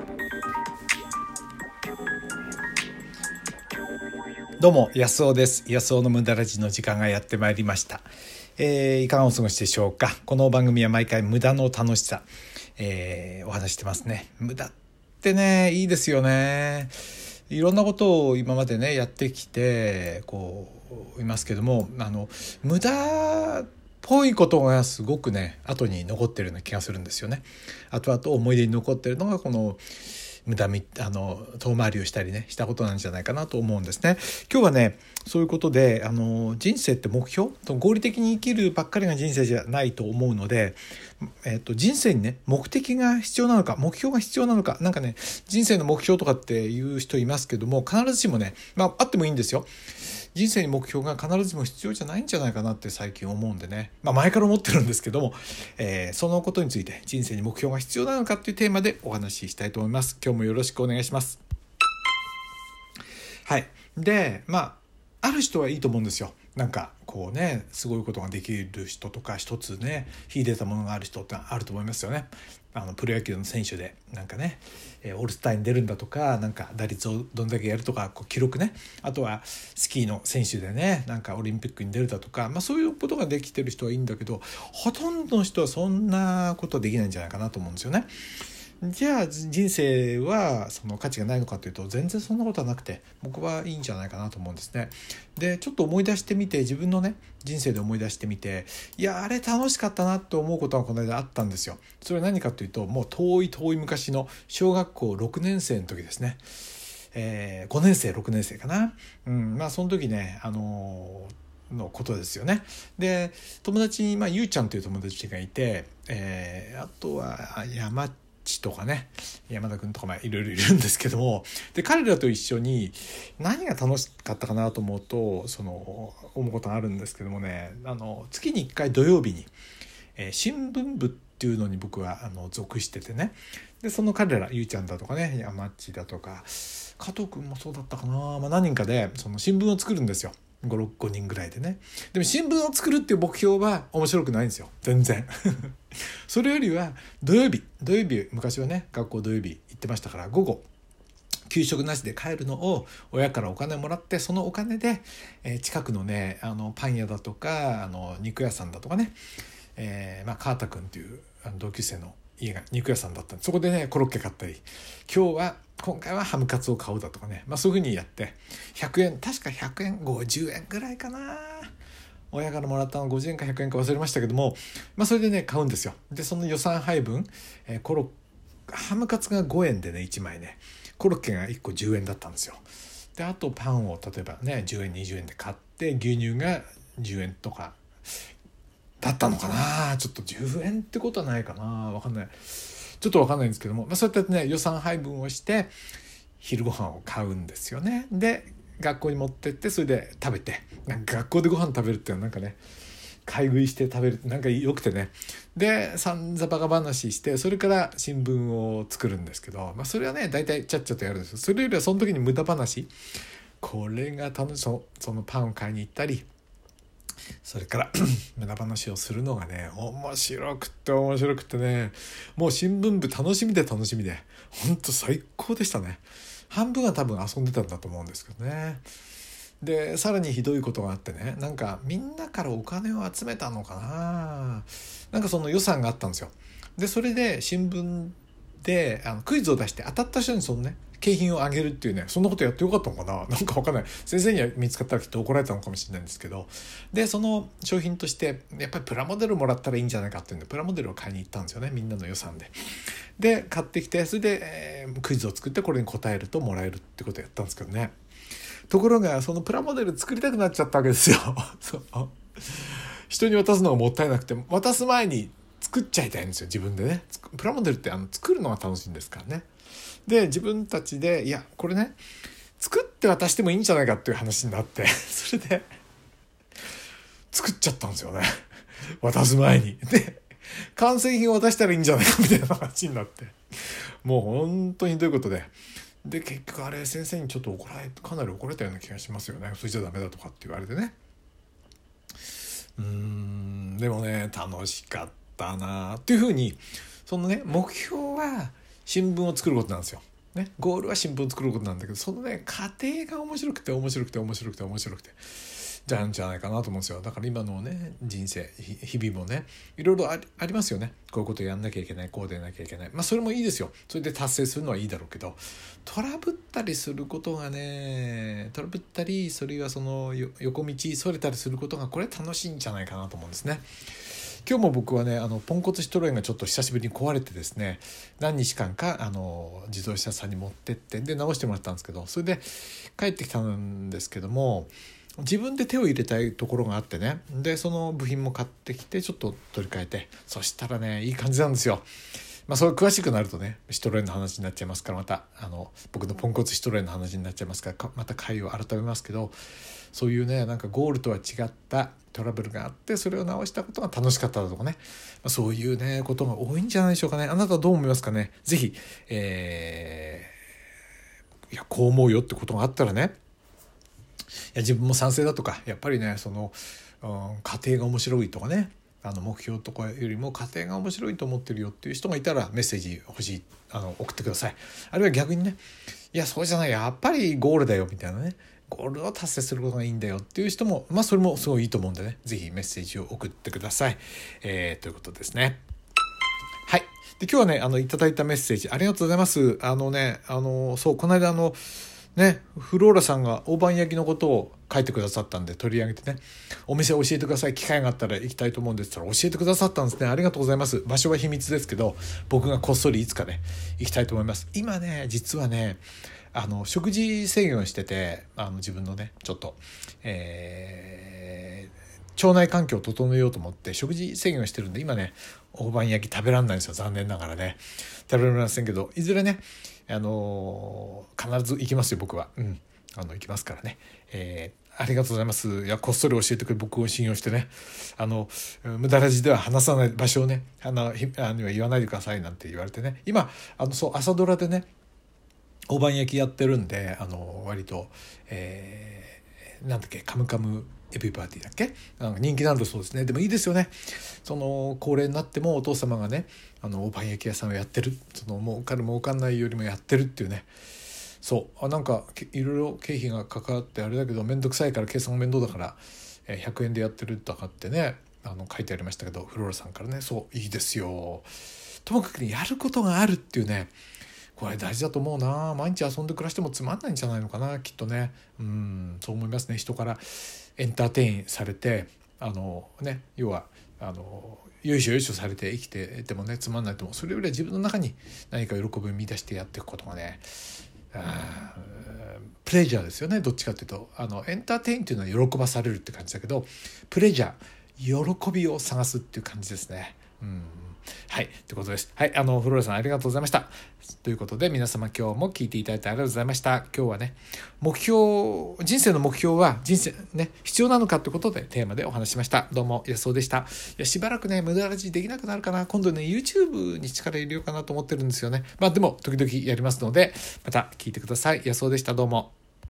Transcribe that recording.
どうも安尾です。安尾の無駄ラジの時間がやってまいりました。いかがお過ごしでしょうか。この番組は毎回無駄の楽しさ、お話してますね。無駄ってね、いいですよね。いろんなことを今までねやってきていますけども、無駄っぽいことがすごくね後に残ってるような気がするんですよね。後々思い出に残ってるのがこの無駄遠回りをしたりねしたことなんじゃないかなと思うんですね。今日はねそういうことで人生って目標合理的に生きるばっかりが人生じゃないと思うので、人生にね目的が必要なのか目標が必要なのか、なんかね人生の目標とかっていう人いますけども、必ずしもねあってもいいんですよ。人生に目標が必ずしも必要じゃないんじゃないかなって最近思うんでね、前から思ってるんですけども、そのことについて人生に目標が必要なのかっていうテーマでお話ししたいと思います。今日もよろしくお願いします。はい。である人はいいと思うんですよ。なんかすごいことができる人とか一つね秀でたものがある人ってあると思いますよね。プロ野球の選手でオールスターに出るんだとか、打率をどんだけやるとか記録ね、あとはスキーの選手でねオリンピックに出るだとか、そういうことができてる人はいいんだけど、ほとんどの人はそんなことできないんじゃないかなと思うんですよね。じゃあ人生はその価値がないのかというと、全然そんなことはなくて僕はいいんじゃないかなと思うんですね。でちょっと思い出してみて、自分のね人生で思い出してみて、あれ楽しかったなと思うことがこの間あったんですよ。それは何かというと、もう遠い昔の小学校6年生の時ですね。5年生6年生かな、その時ねのことですよね。で友達にゆうちゃんという友達がいて、あとは山とかね山田くんとかいろいろいるんですけども、で彼らと一緒に何が楽しかったかなと思うと、思うことがあるんですけどもね、月に1回土曜日に、新聞部っていうのに僕は属しててね、でその彼らゆうちゃんだとかね山地だとか加藤くんもそうだったかな、何人かでその新聞を作るんですよ。5人ぐらいでね。でも新聞を作るっていう目標は面白くないんですよ、全然それよりは土曜日昔はね学校土曜日行ってましたから、午後給食なしで帰るのを親からお金もらって、そのお金で、近くのねパン屋だとか肉屋さんだとかね、川田くんっていう同級生の家が肉屋さんだったんで、そこでねコロッケ買ったり、今回はハムカツを買うだとかね、そういう風にやって100円確か100円50円ぐらいかな、親からもらったの50円か100円か忘れましたけども、それでね買うんですよ。でその予算配分、ハムカツが5円でね1枚ね、コロッケが1個10円だったんですよ。であとパンを例えばね10円20円で買って、牛乳が10円とかだったのかな、ちょっと10円ってことはないかな、わかんない、ちょっとわかんないんですけども、そうやってね予算配分をして昼ご飯を買うんですよね。で学校に持ってって、それで食べて、学校でご飯食べるっていうのは買い食いして食べるって良くてね、で散々バカ話して、それから新聞を作るんですけど、それはね大体ちゃっちゃとやるんですよ。それよりはその時に無駄話、これが楽しそう。そのパンを買いに行ったり、それから無駄話をするのがね面白くってね、もう新聞部楽しみで本当最高でしたね。半分は多分遊んでたんだと思うんですけどね。でさらにひどいことがあってね、みんなからお金を集めたのかな、その予算があったんですよ。でそれで新聞でクイズを出して、当たった人にそのね景品をあげるっていうね、そんなことやってよかったのかな、わかんない。先生には見つかったらきっと怒られたのかもしれないんですけど、でその商品としてやっぱりプラモデルもらったらいいんじゃないかっていうんで、プラモデルを買いに行ったんですよね、みんなの予算で。で買ってきて、それで、クイズを作ってこれに答えるともらえるってことをやったんですけどね。ところがそのプラモデル作りたくなっちゃったわけですよそう人に渡すのがもったいなくて、渡す前に作っちゃいたいんですよ、自分でね。プラモデルって作るのが楽しいんですからね。で自分たちでこれね作って渡してもいいんじゃないかっていう話になってそれで作っちゃったんですよね渡す前に。で完成品を渡したらいいんじゃないかみたいな話になって、もう本当にどういうことで、結局あれ先生にちょっとかなり怒られたような気がしますよね。それじゃダメだとかって言われてね。でもね楽しかったなっていうふうに、そのね目標は新聞を作ることなんですよ。ね、ゴールは新聞を作ることなんだけど、そのね過程が面白くてじゃないかなと思うんですよ。だから今のね人生日々もねいろいろありますよね。こういうことやんなきゃいけない、こうでなきゃいけない、それもいいですよ。それで達成するのはいいだろうけど、トラブったりすることがね、それはその横道それたりすることがこれ楽しいんじゃないかなと思うんですね。今日も僕はねポンコツシトロエンがちょっと久しぶりに壊れてですね、何日間か自動車屋さんに持ってってで直してもらったんですけど、それで帰ってきたんですけども、自分で手を入れたいところがあってね、でその部品も買ってきてちょっと取り替えて、そしたらねいい感じなんですよ。それ詳しくなるとねシトロエンの話になっちゃいますから、また僕のポンコツシトロエンの話になっちゃいますから、また回を改めますけど、そういうねなんかゴールとは違ったトラブルがあってそれを直したことが楽しかったとかね、そういうねことが多いんじゃないでしょうかね。あなたはどう思いますかね。ぜひ、いやこう思うよってことがあったらね、いや自分も賛成だとか、やっぱりねその、家庭が面白いとかね、目標とかよりも家庭が面白いと思ってるよっていう人がいたらメッセージ欲しい、送ってください。あるいは逆にね、いやそうじゃない、やっぱりゴールだよみたいなね、ゴールを達成することがいいんだよっていう人も、それもすごいいいと思うんでね、ぜひメッセージを送ってください、ということですね。はい。で今日はねいただいたメッセージありがとうございます。そうこの間フローラさんが大判焼きのことを書いてくださったんで取り上げてね、お店教えてください、機会があったら行きたいと思うんですから教えてくださったんですね。ありがとうございます。場所は秘密ですけど、僕がこっそりいつかね行きたいと思います。今ね実はね食事制限をしてて、自分のねちょっと、腸内環境を整えようと思って食事制限をしてるんで、今ね大判焼き食べられないんですよ、残念ながらね。食べられませんけど、いずれね必ず行きますよ僕は。行きますからね。ありがとうございます。いやこっそり教えてくれ、僕を信用してね、無駄ラジでは話さない場所をね言わないでくださいなんて言われてね、今朝ドラでね大判焼きやってるんで、割と、なんだっけ、カムカムエビパーティーだっけ、人気なんだそうですね。でもいいですよね、その高齢になってもお父様がね大判焼き屋さんをやってる、その儲かる儲かんないよりもやってるっていうね。そうなんかいろいろ経費がかかってあれだけど、面倒くさいから計算も面倒だから100円でやってるとかってね書いてありましたけど、フローラさんからね。そういいですよ、ともかくねやることがあるっていうね、これ大事だと思うな。毎日遊んで暮らしてもつまんないんじゃないのかな、きっとね。そう思いますね。人からエンターテインされて要はよいしょよいしょされて生きててもねつまんないと思う。それよりは自分の中に何か喜びを見出してやっていくことがね、プレジャーですよね。どっちかっていうとエンターテインっていうのは喜ばされるって感じだけど、プレジャー喜びを探すっていう感じですね。はいということです。はい、フローラさんありがとうございました。ということで皆様今日も聞いていただいてありがとうございました。今日はね人生の目標は必要なのかということでテーマでお話ししました。どうも安尾でした。いやしばらくね無駄ラジできなくなるかな。今度ね YouTube に力入れようかなと思ってるんですよね。でも時々やりますのでまた聞いてください。安尾でした。どうも。